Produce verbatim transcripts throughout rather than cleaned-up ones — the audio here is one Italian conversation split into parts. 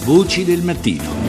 Voci del mattino.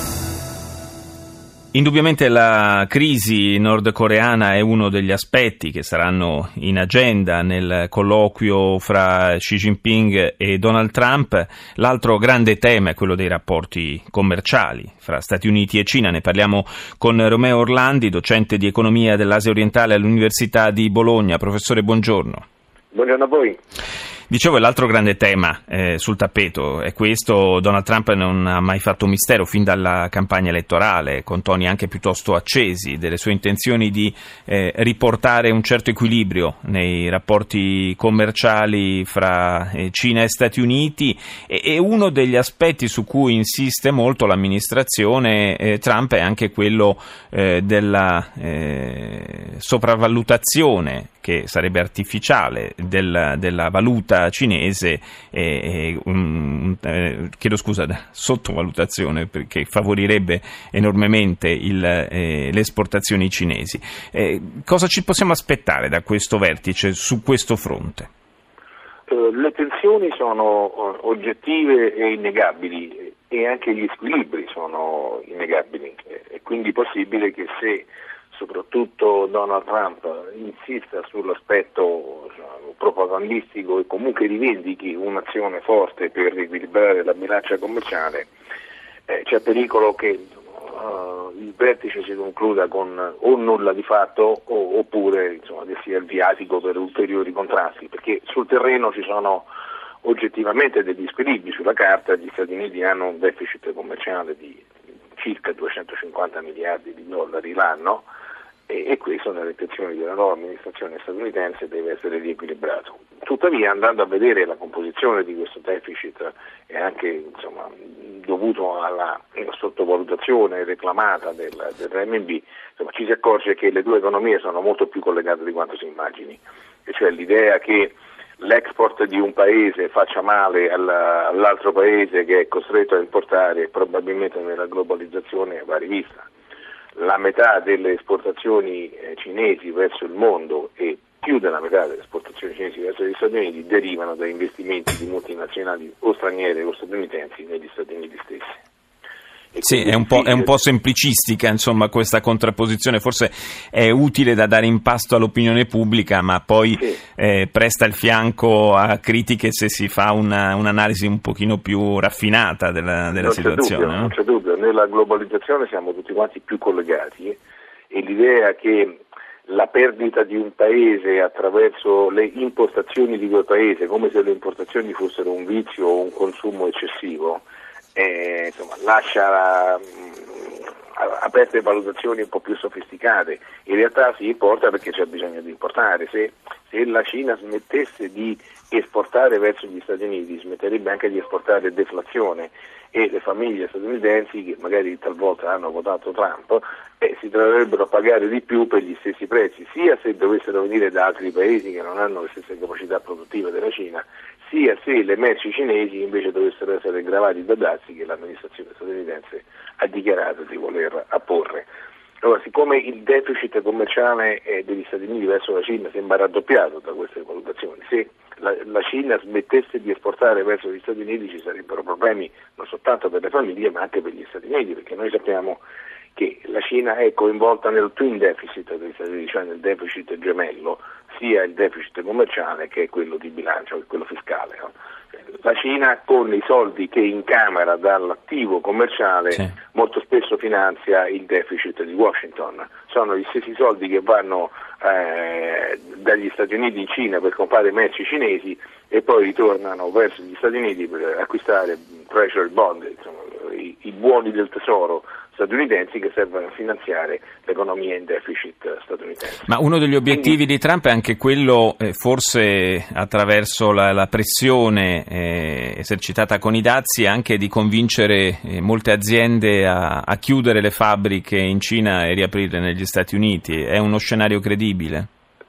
Indubbiamente la crisi nordcoreana è uno degli aspetti che saranno in agenda nel colloquio fra Xi Jinping e Donald Trump. L'altro grande tema è quello dei rapporti commerciali fra Stati Uniti e Cina. Ne parliamo con Romeo Orlandi, docente di economia dell'Asia orientale all'Università di Bologna. Professore, buongiorno. Buongiorno a voi. Dicevo, l'altro grande tema eh, sul tappeto è questo. Donald Trump non ha mai fatto un mistero fin dalla campagna elettorale, con toni anche piuttosto accesi, delle sue intenzioni di eh, riportare un certo equilibrio nei rapporti commerciali fra eh, Cina e Stati Uniti, e, e uno degli aspetti su cui insiste molto l'amministrazione eh, Trump è anche quello eh, della eh, sopravvalutazione, che sarebbe artificiale, del, della valuta cinese, e, um, eh, chiedo scusa, sottovalutazione, perché favorirebbe enormemente il, eh, le esportazioni cinesi. Eh, cosa ci possiamo aspettare da questo vertice su questo fronte? Uh, le tensioni sono uh, oggettive e innegabili, e anche gli squilibri sono innegabili. È quindi possibile che se soprattutto Donald Trump insista sull'aspetto propagandistico e comunque rivendichi un'azione forte per riequilibrare la bilancia commerciale, eh, c'è pericolo che uh, il vertice si concluda con o nulla di fatto o, oppure insomma, che sia il viatico per ulteriori contrasti, perché sul terreno ci sono oggettivamente degli squilibri. Sulla carta gli Stati Uniti hanno un deficit commerciale di circa duecentocinquanta miliardi di dollari l'anno, e questo nelle intenzioni della nuova amministrazione statunitense deve essere riequilibrato. Tuttavia, andando a vedere la composizione di questo deficit e anche insomma, dovuto alla sottovalutazione reclamata del, del renminbi, insomma, ci si accorge che le due economie sono molto più collegate di quanto si immagini, e cioè l'idea che l'export di un paese faccia male all'altro paese che è costretto a importare probabilmente nella globalizzazione va rivista. La metà delle esportazioni cinesi verso il mondo e più della metà delle esportazioni cinesi verso gli Stati Uniti derivano da investimenti di multinazionali o straniere o statunitensi negli Stati Uniti stessi. E sì, è un, po', è un po' semplicistica, insomma, questa contrapposizione, forse è utile da dare in pasto all'opinione pubblica, ma poi sì. eh, presta il fianco a critiche se si fa una, un'analisi un pochino più raffinata della, della non situazione. C'è dubbio, no? Non c'è dubbio, nella globalizzazione siamo tutti quanti più collegati, e l'idea che la perdita di un paese attraverso le importazioni di quel paese, come se le importazioni fossero un vizio o un consumo eccessivo, Eh, insomma, lascia mh, aperte valutazioni un po' più sofisticate. In realtà si importa perché c'è bisogno di importare. Se, se la Cina smettesse di esportare verso gli Stati Uniti, smetterebbe anche di esportare deflazione, e le famiglie statunitensi, che magari talvolta hanno votato Trump, eh, si troverebbero a pagare di più per gli stessi prezzi, sia se dovessero venire da altri paesi che non hanno le stesse capacità produttive della Cina, sia se le merci cinesi invece dovessero essere gravati da dazi che l'amministrazione statunitense ha dichiarato di voler apporre. Allora, siccome il deficit commerciale degli Stati Uniti verso la Cina sembra raddoppiato da queste valutazioni, se la, la Cina smettesse di esportare verso gli Stati Uniti ci sarebbero problemi non soltanto per le famiglie ma anche per gli Stati Uniti, perché noi sappiamo che la Cina è coinvolta nel twin deficit degli Stati Uniti, cioè nel deficit gemello, sia il deficit commerciale che quello di bilancio, che quello fiscale. No? La Cina, con i soldi che incamera dall'attivo commerciale, sì. molto spesso finanzia il deficit di Washington. Sono gli stessi soldi che vanno eh, dagli Stati Uniti in Cina per comprare merci cinesi e poi ritornano verso gli Stati Uniti per acquistare treasury bond, insomma, i, i buoni del tesoro statunitensi che servono a finanziare l'economia in deficit statunitense. Ma uno degli obiettivi Quindi, di Trump è anche quello, eh, forse attraverso la, la pressione eh, esercitata con i dazi, anche di convincere eh, molte aziende a, a chiudere le fabbriche in Cina e riaprirle negli Stati Uniti. È uno scenario credibile?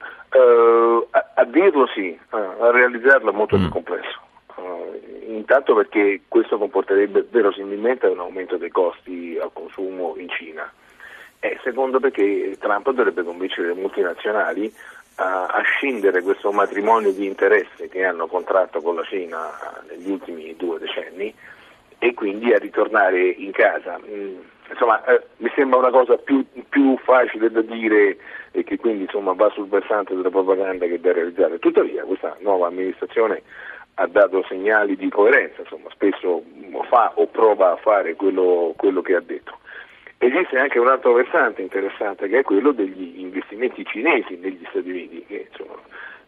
Uh, a, a dirlo sì, uh, a realizzarlo è molto mm. più complesso. Intanto perché questo comporterebbe verosimilmente un aumento dei costi al consumo in Cina, e secondo perché Trump dovrebbe convincere le multinazionali a, a scindere questo matrimonio di interesse che hanno contratto con la Cina negli ultimi due decenni, e quindi quindi a ritornare in casa. Insomma, eh, mi sembra una cosa più, più facile da dire e che quindi insomma va sul versante della propaganda che da realizzare. Tuttavia questa nuova amministrazione ha dato segnali di coerenza, insomma, spesso fa o prova a fare quello, quello che ha detto. Esiste anche un altro versante interessante che è quello degli investimenti cinesi negli Stati Uniti, che insomma,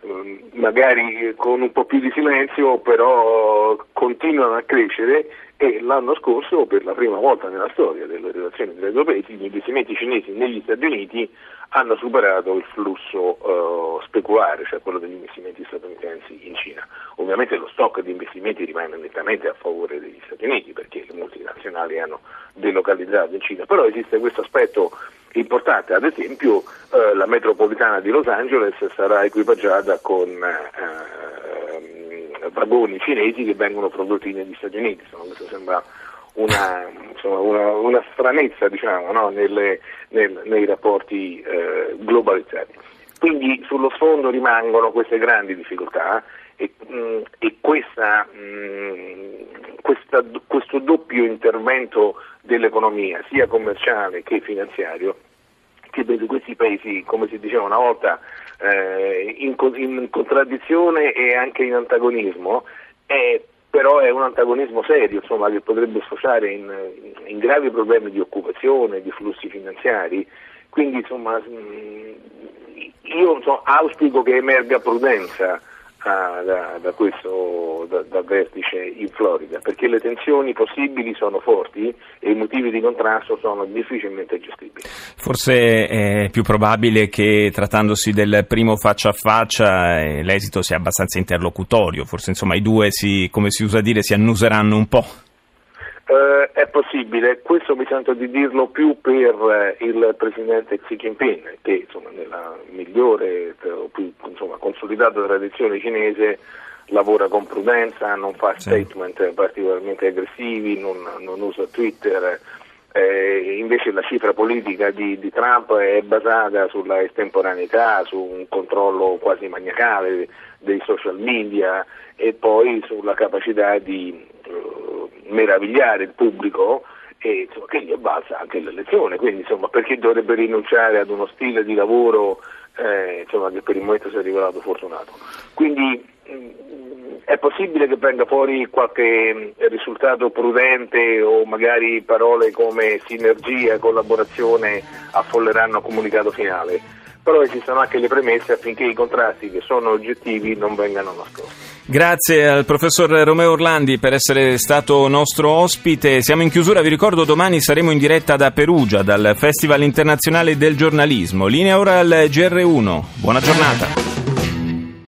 magari con un po' più di silenzio però continuano a crescere, e l'anno scorso per la prima volta nella storia delle relazioni tra i due paesi gli investimenti cinesi negli Stati Uniti hanno superato il flusso uh, speculare, cioè quello degli investimenti statunitensi in Cina. Ovviamente lo stock di investimenti rimane nettamente a favore degli Stati Uniti perché le multinazionali hanno delocalizzato in Cina, però esiste questo aspetto importante. Ad esempio uh, la metropolitana di Los Angeles sarà equipaggiata con uh, vagoni cinesi che vengono prodotti negli Stati Uniti. Insomma, questo sembra una, insomma, una, una stranezza, diciamo, no? Nelle, nel, nei rapporti eh, globalizzati. Quindi sullo sfondo rimangono queste grandi difficoltà e, mh, e questa, mh, questa, questo doppio intervento dell'economia, sia commerciale che finanziario, che vede questi paesi, come si diceva una volta, eh, in, in contraddizione e anche in antagonismo, è, però è un antagonismo serio, insomma, che potrebbe sfociare in, in gravi problemi di occupazione, di flussi finanziari. Quindi insomma io insomma, auspico che emerga prudenza ah, da, da questo da, da vertice in Florida, perché le tensioni possibili sono forti e i motivi di contrasto sono difficilmente gestibili. Forse è più probabile che, trattandosi del primo faccia a faccia, eh, l'esito sia abbastanza interlocutorio, forse insomma i due si, come si usa dire, si annuseranno un po'. Uh, è possibile, questo mi sento di dirlo più per uh, il presidente Xi Jinping, che insomma, nella migliore o più insomma, consolidata tradizione cinese lavora con prudenza, non fa sì. statement particolarmente aggressivi, non, non usa Twitter, eh, invece la cifra politica di, di Trump è basata sulla estemporaneità, su un controllo quasi maniacale dei social media e poi sulla capacità di meravigliare il pubblico, e insomma, che gli avvalsa anche l'elezione, quindi insomma perché dovrebbe rinunciare ad uno stile di lavoro eh, insomma, che per il momento si è rivelato fortunato. Quindi mh, è possibile che venga fuori qualche risultato prudente o magari parole come sinergia, collaborazione affolleranno il comunicato finale, però esistono anche le premesse affinché i contrasti che sono oggettivi non vengano nascosti. Grazie al professor Romeo Orlandi per essere stato nostro ospite. Siamo in chiusura, vi ricordo domani saremo in diretta da Perugia, dal Festival Internazionale del Giornalismo. Linea ora al G R uno. Buona giornata.